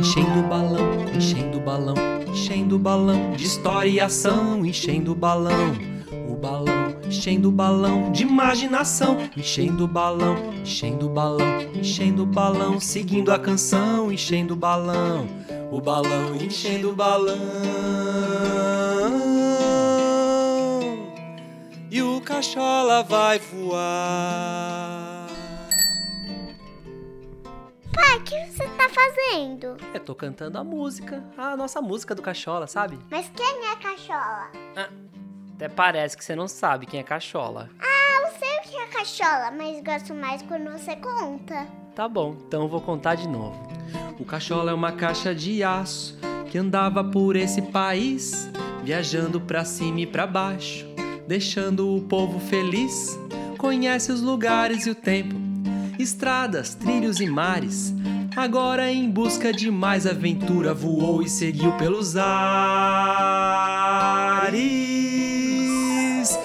enchendo o balão, enchendo o balão, enchendo o balão de história e ação, enchendo o balão, enchendo o balão de imaginação, enchendo o balão, enchendo o balão, enchendo o balão, seguindo a canção, enchendo o balão enchendo o balão. E o Cachola vai voar. Pai, o que você tá fazendo? Eu tô cantando a nossa música do Cachola, sabe? Mas quem é Cachola? Até parece que você não sabe quem é Cachola. Eu sei o que é Cachola, mas gosto mais quando você conta. Tá bom, então eu vou contar de novo. O Cachola é uma caixa de aço que andava por esse país, viajando pra cima e pra baixo, deixando o povo feliz. Conhece os lugares e o tempo, estradas, trilhos e mares. Agora em busca de mais aventura, voou e seguiu pelos ares.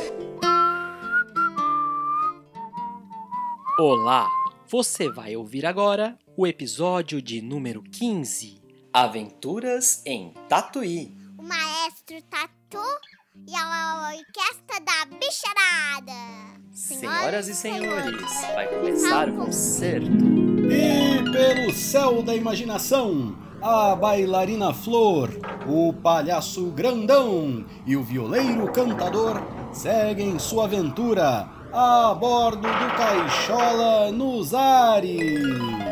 Olá, você vai ouvir agora o episódio de número 15, Aventuras em Tatuí. O maestro Tatu e a orquestra da bicharada. Senhoras e senhores, vai começar o concerto. E pelo céu da imaginação, a bailarina Flor, o palhaço grandão e o violeiro cantador seguem sua aventura a bordo do Cachola nos ares.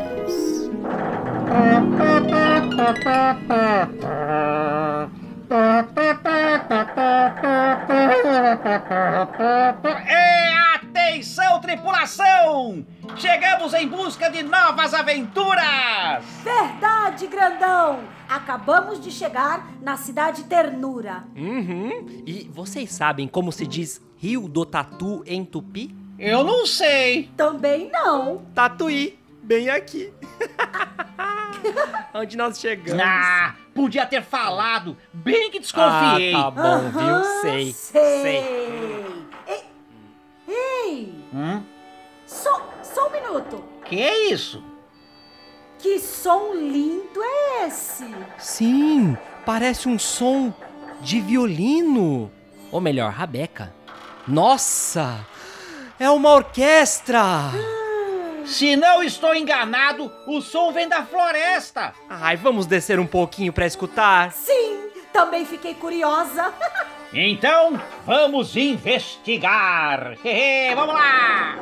Atenção, tripulação! Chegamos em busca de novas aventuras! Verdade, grandão! Acabamos de chegar na cidade Ternura. E vocês sabem como se diz Rio do Tatu em Tupi? Eu não sei. Também não. Tatuí, bem aqui. Onde nós chegamos. Podia ter falado. Bem que desconfiei. Tá bom, viu? Sei. Ei! Só um minuto. Que é isso? Que som lindo é esse? Sim, parece um som de violino. Ou melhor, rabeca. Nossa, é uma orquestra. Se não estou enganado, o som vem da floresta. Ai, vamos descer um pouquinho pra escutar? Sim, também fiquei curiosa. Então, vamos investigar. Vamos lá.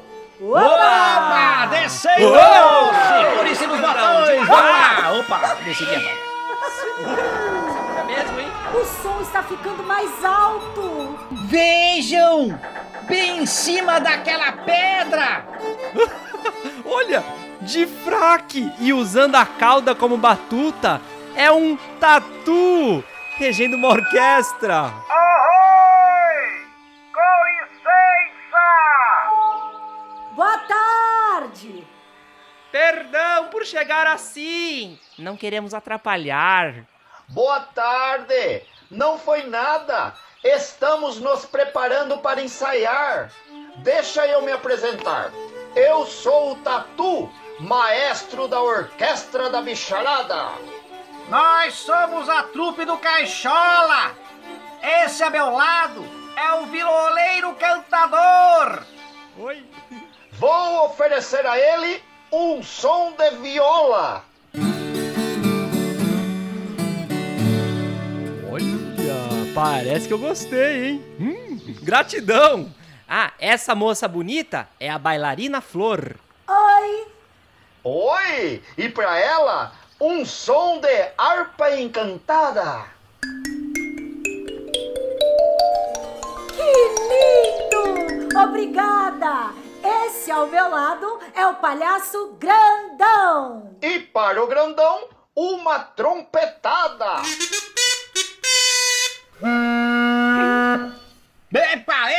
Opa! Descendo! Seguríssimo os botões! Vamos lá! Opa, desci aqui, rapaz. É mesmo, hein? O som está ficando mais alto. Vejam! Bem em cima daquela pedra! Olha, de fraque e usando a cauda como batuta, é um tatu regendo uma orquestra. Oi! Com licença! Boa tarde. Perdão por chegar assim. Não queremos atrapalhar. Boa tarde! Não foi nada! Estamos nos preparando para ensaiar. Deixa eu me apresentar. Eu sou o Tatu, maestro da orquestra da bicharada. Nós somos a trupe do Cachola! Esse a meu lado é o violeiro cantador! Oi. Vou oferecer a ele um som de viola. Olha, parece que eu gostei, hein? Gratidão! Essa moça bonita é a bailarina Flor. Oi. Oi! E para ela, um som de harpa encantada. Que lindo! Obrigada! Esse ao meu lado é o palhaço grandão. E para o grandão, uma trompetada. Epa!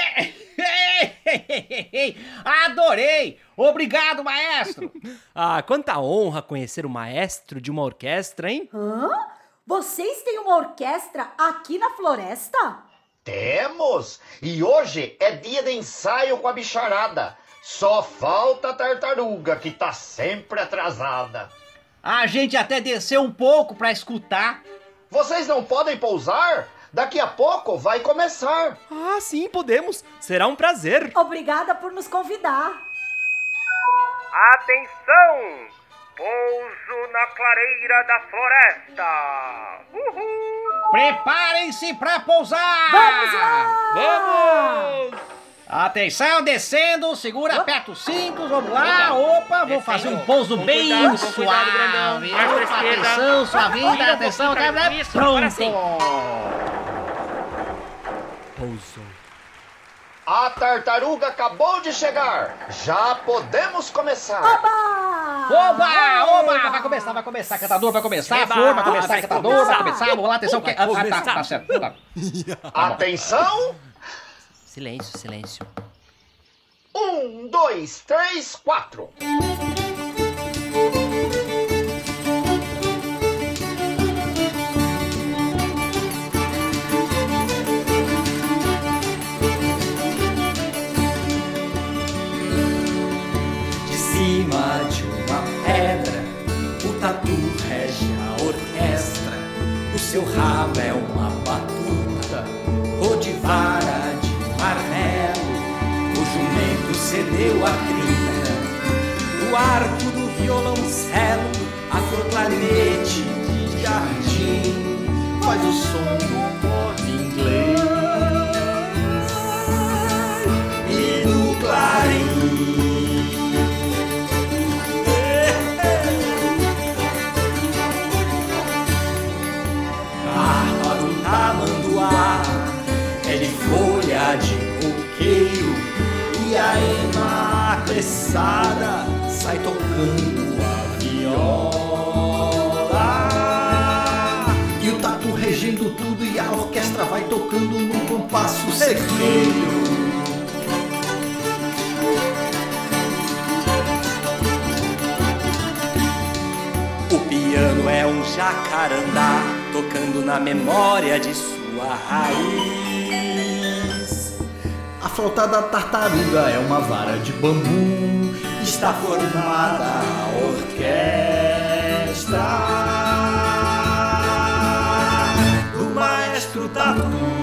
Adorei! Obrigado, maestro! Quanta honra conhecer o maestro de uma orquestra, hein? Vocês têm uma orquestra aqui na floresta? Temos! E hoje é dia de ensaio com a bicharada. Só falta a tartaruga, que tá sempre atrasada. A gente até desceu um pouco pra escutar. Vocês não podem pousar? Daqui a pouco vai começar. Ah, sim, podemos. Será um prazer. Obrigada por nos convidar. Atenção! Pouso na clareira da floresta. Uhul! Preparem-se pra pousar! Vamos lá! Vamos! Atenção, descendo, segura, aperta os cintos, vamos lá, opa, vou fazer um pouso Com bem cuidado, suave. com cuidado, grandão. Viu? Mais pra esquerda. Atenção, sua vida, Vira um atenção, pouquinho pra isso, pronto. agora sim. Pousou. A tartaruga acabou de chegar. Já podemos começar. Oba, vai começar, cantador, vai começar, Eba, flor, vai começar, vai cantador, vai começar, vamos lá, atenção, Vai tá começar. certo. Atenção. Silêncio, silêncio. 1, 2, 3, 4. De cima de uma pedra, o tatu rege a orquestra. O seu rabo é uma batuta, ou de vara de marmelo. O jumento cedeu a crina, o arco do violoncelo, a flor clarinete de jardim, faz o som do pop inglês e do clarim. A do tamanduá é de folha de coqueiro, e a ema apressada sai tocando a viola. E o tatu regendo tudo, e a orquestra vai tocando num compasso certeiro. O piano é um jacarandá, tocando na memória de sua raiz. A flauta da tartaruga é uma vara de bambu, está formada a orquestra do maestro Tatu.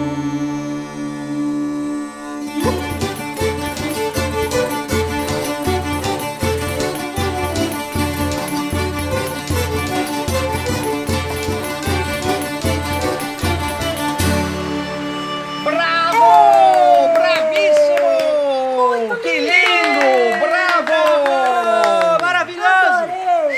Bravo! Bravíssimo! Que lindo! Bravo! Maravilhoso!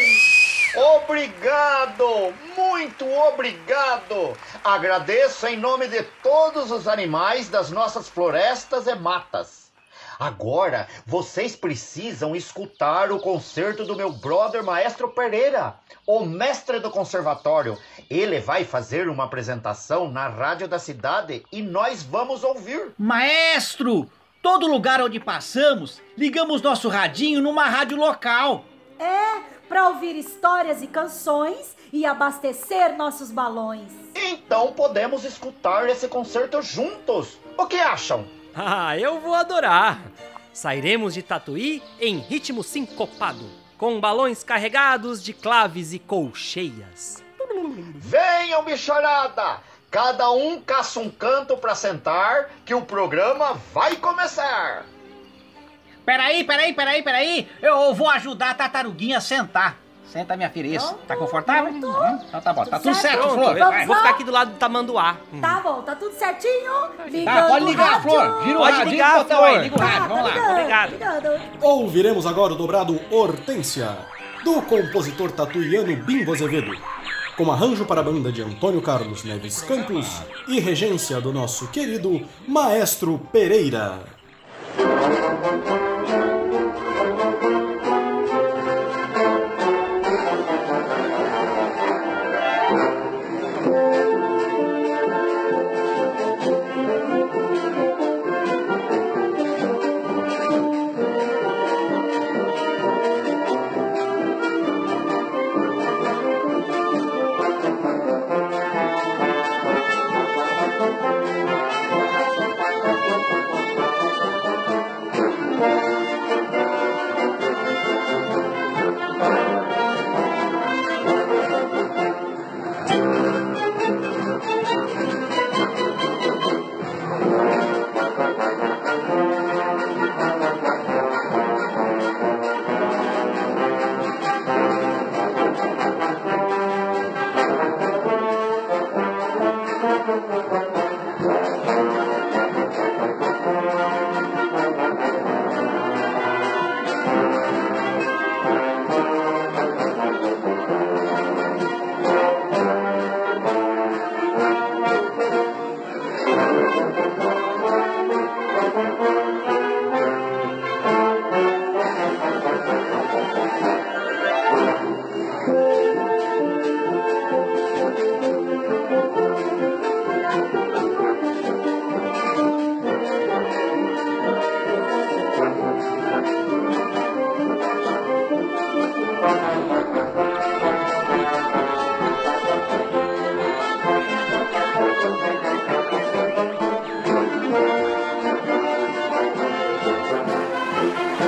Obrigado, muito obrigado. Agradeço em nome de todos os animais das nossas florestas e matas. Agora, vocês precisam escutar o concerto do meu brother Maestro Pereira, o mestre do conservatório. Ele vai fazer uma apresentação na rádio da cidade e nós vamos ouvir. Maestro, todo lugar onde passamos, ligamos nosso radinho numa rádio local. Para ouvir histórias e canções e abastecer nossos balões. Então podemos escutar esse concerto juntos. O que acham? Ah, eu vou adorar! Sairemos de Tatuí em ritmo sincopado, com balões carregados de claves e colcheias. Venham, bicharada! Cada um caça um canto pra sentar, que o programa vai começar! Peraí. Eu vou ajudar a tartaruguinha a sentar. Senta, minha filha, isso. Tá confortável? Então tá bom. Tá tudo certo, Pronto, Flor. eu Vai. vou ficar aqui do lado do tamanduá. Tá bom, tá tudo certinho? Tá, pode ligar, rádio. Flor. Gira o Pode rádio, ligar, liga o botão Flor. aí, liga o rádio, vamos lá. Obrigado. Ligando. Ouviremos agora o dobrado Hortência, do compositor tatuiano Bimbo Azevedo, com arranjo para a banda de Antônio Carlos Neves Campos e regência do nosso querido Maestro Pereira.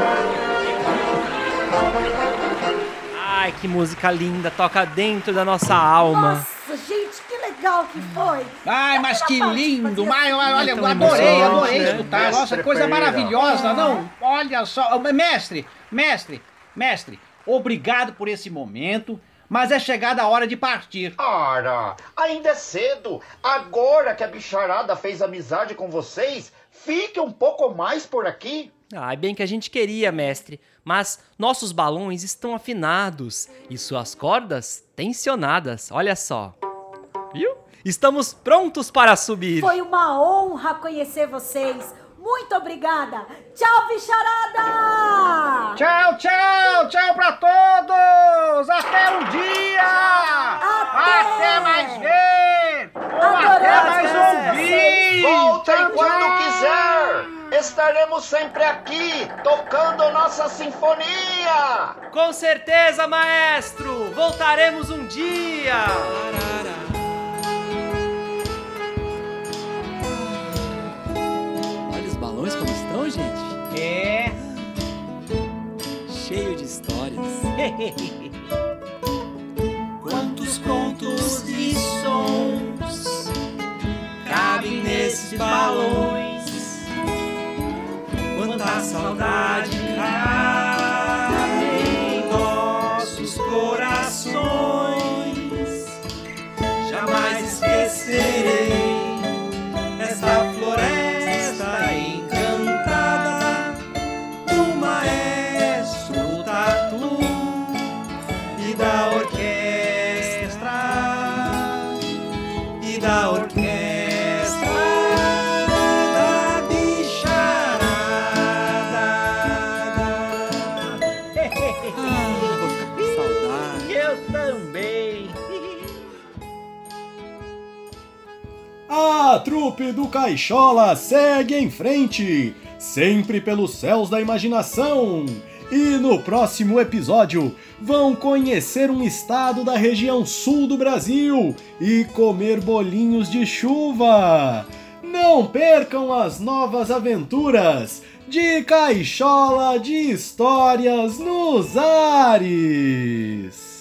Ai, que música linda, toca dentro da nossa alma. Nossa, gente, que legal que foi. Ai, mas que lindo! Mas, olha, tão adorei emocionante, né? escutar. Nossa, Mestre coisa Pereira. maravilhosa, não? Olha só, mestre, obrigado por esse momento, mas é chegada a hora de partir. Ora, ainda é cedo. Agora que a bicharada fez amizade com vocês, fique um pouco mais por aqui. Ai, bem que a gente queria, mestre, mas nossos balões estão afinados e suas cordas tensionadas, olha só. Viu? Estamos prontos para subir. Foi uma honra conhecer vocês. Muito obrigada. Tchau, bicharada! Tchau pra todos! Até um dia! Até mais ver! Ou até Adoramos mais ouvir! Voltem Tchau, quando tchau. quiser. Estaremos sempre aqui, tocando nossa sinfonia. Com certeza, maestro! Voltaremos um dia! Olha os balões como estão, gente. É. Cheio de histórias. Quantos contos e sons cabem nesses balões? Quanta saudade cabe em nossos corações. Jamais esquecerei essa floresta encantada do maestro Tatu e da orquestra da bicharada. Vou ficar com saudade. Eu também. A trupe do Caixola segue em frente, sempre pelos céus da imaginação. E no próximo episódio vão conhecer um estado da região sul do Brasil e comer bolinhos de chuva. Não percam as novas aventuras de Caixola de Histórias nos Ares.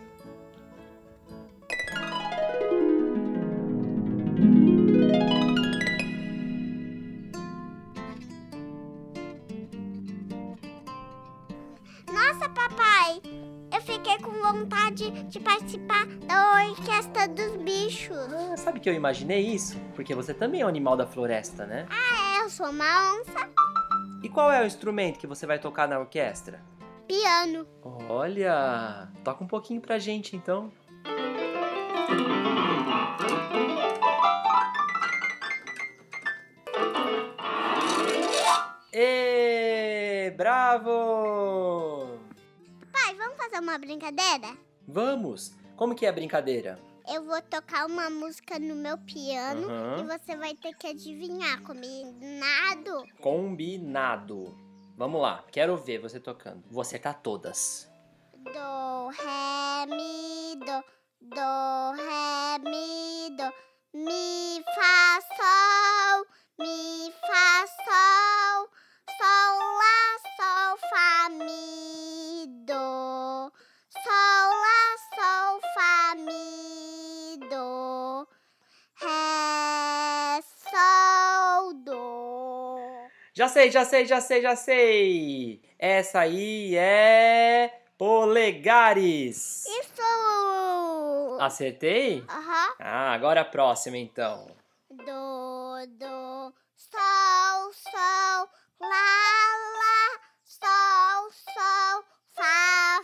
Nossa, papai, eu fiquei com vontade de participar da Orquestra dos Bichos. Ah, sabe que eu imaginei isso? Porque você também é um animal da floresta, né? É, eu sou uma onça. E qual é o instrumento que você vai tocar na orquestra? Piano. Olha, toca um pouquinho pra gente então. Ê, bravo! Pai, vamos fazer uma brincadeira? Vamos! Como que é a brincadeira? Eu vou tocar uma música no meu piano Aham. e você vai ter que adivinhar, combinado? Combinado. Vamos lá, quero ver você tocando. Vou acertar todas. Do, ré, mi, do, ré, mi, mi, fá, sol, sol, lá, sol, fá, mi, do, sol, lá, sol, fá, mi, do, ré, sol, do. Já sei. Essa aí é Polegares. Isso! Acertei? Aham. Ah, agora a próxima então. Do, sol, sol, lá, sol, fá,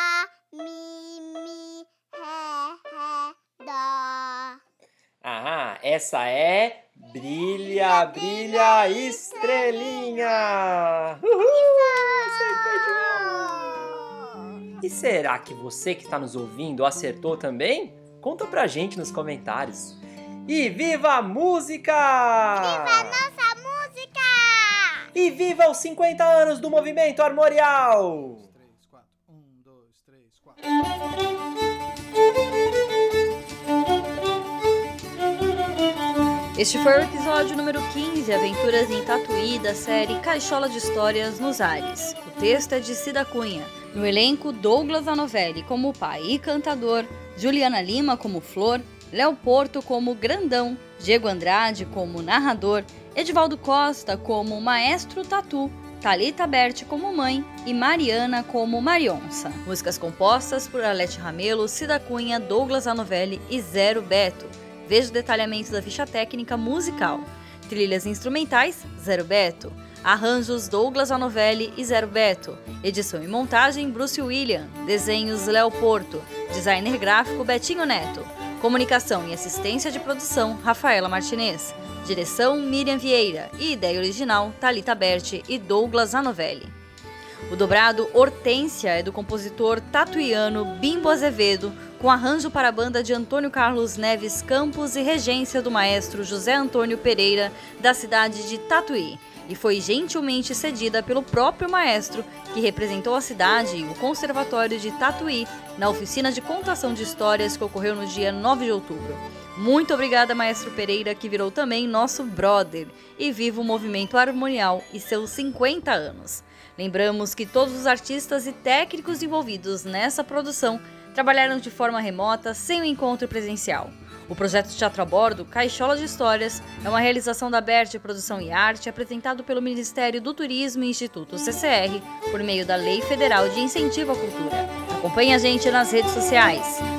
mi, ré, dó. Ah, essa é Brilha, Brilha, Estrelinha. Acertei de novo. E será que você que está nos ouvindo acertou também? Conta pra gente nos comentários. E viva a música! Viva a nossa música! E viva os 50 anos do Movimento Armorial! 3, 4. 1, 2, 3, 4. Este foi o episódio número 15, Aventuras em Tatuí, da série Caixola de Histórias nos Ares. O texto é de Cida Cunha. No elenco, Douglas Zanovelli como pai e cantador, Juliana Lima como Flor, Léo Porto como Grandão, Diego Andrade como narrador, Edivaldo Costa como Maestro Tatu, Thalita Berti como mãe e Mariana como Marionça. Músicas compostas por Arlete Ramelo, Cida Cunha, Douglas Zanovelli e Zero Beto. Veja o detalhamento da ficha técnica musical. Trilhas instrumentais, Zero Beto. Arranjos, Douglas Zanovelli e Zero Beto. Edição e montagem, Bruce William. Desenhos, Léo Porto. Designer gráfico, Betinho Neto. Comunicação e assistência de produção, Rafaela Martinez. Direção, Miriam Vieira. E ideia original, Thalita Berti e Douglas Zanovelli. O dobrado Hortência é do compositor tatuiano Bimbo Azevedo, com arranjo para a banda de Antônio Carlos Neves Campos e regência do maestro José Antônio Pereira, da cidade de Tatuí, e foi gentilmente cedida pelo próprio maestro, que representou a cidade e o Conservatório de Tatuí na oficina de contação de histórias que ocorreu no dia 9 de outubro. Muito obrigada, maestro Pereira, que virou também nosso brother, e viva o movimento harmonial e seus 50 anos. Lembramos que todos os artistas e técnicos envolvidos nessa produção trabalharam de forma remota, sem o encontro presencial. O projeto Teatro a Bordo, Caixola de Histórias, é uma realização da Berti Produção e Arte, apresentado pelo Ministério do Turismo e Instituto CCR, por meio da Lei Federal de Incentivo à Cultura. Acompanhe a gente nas redes sociais.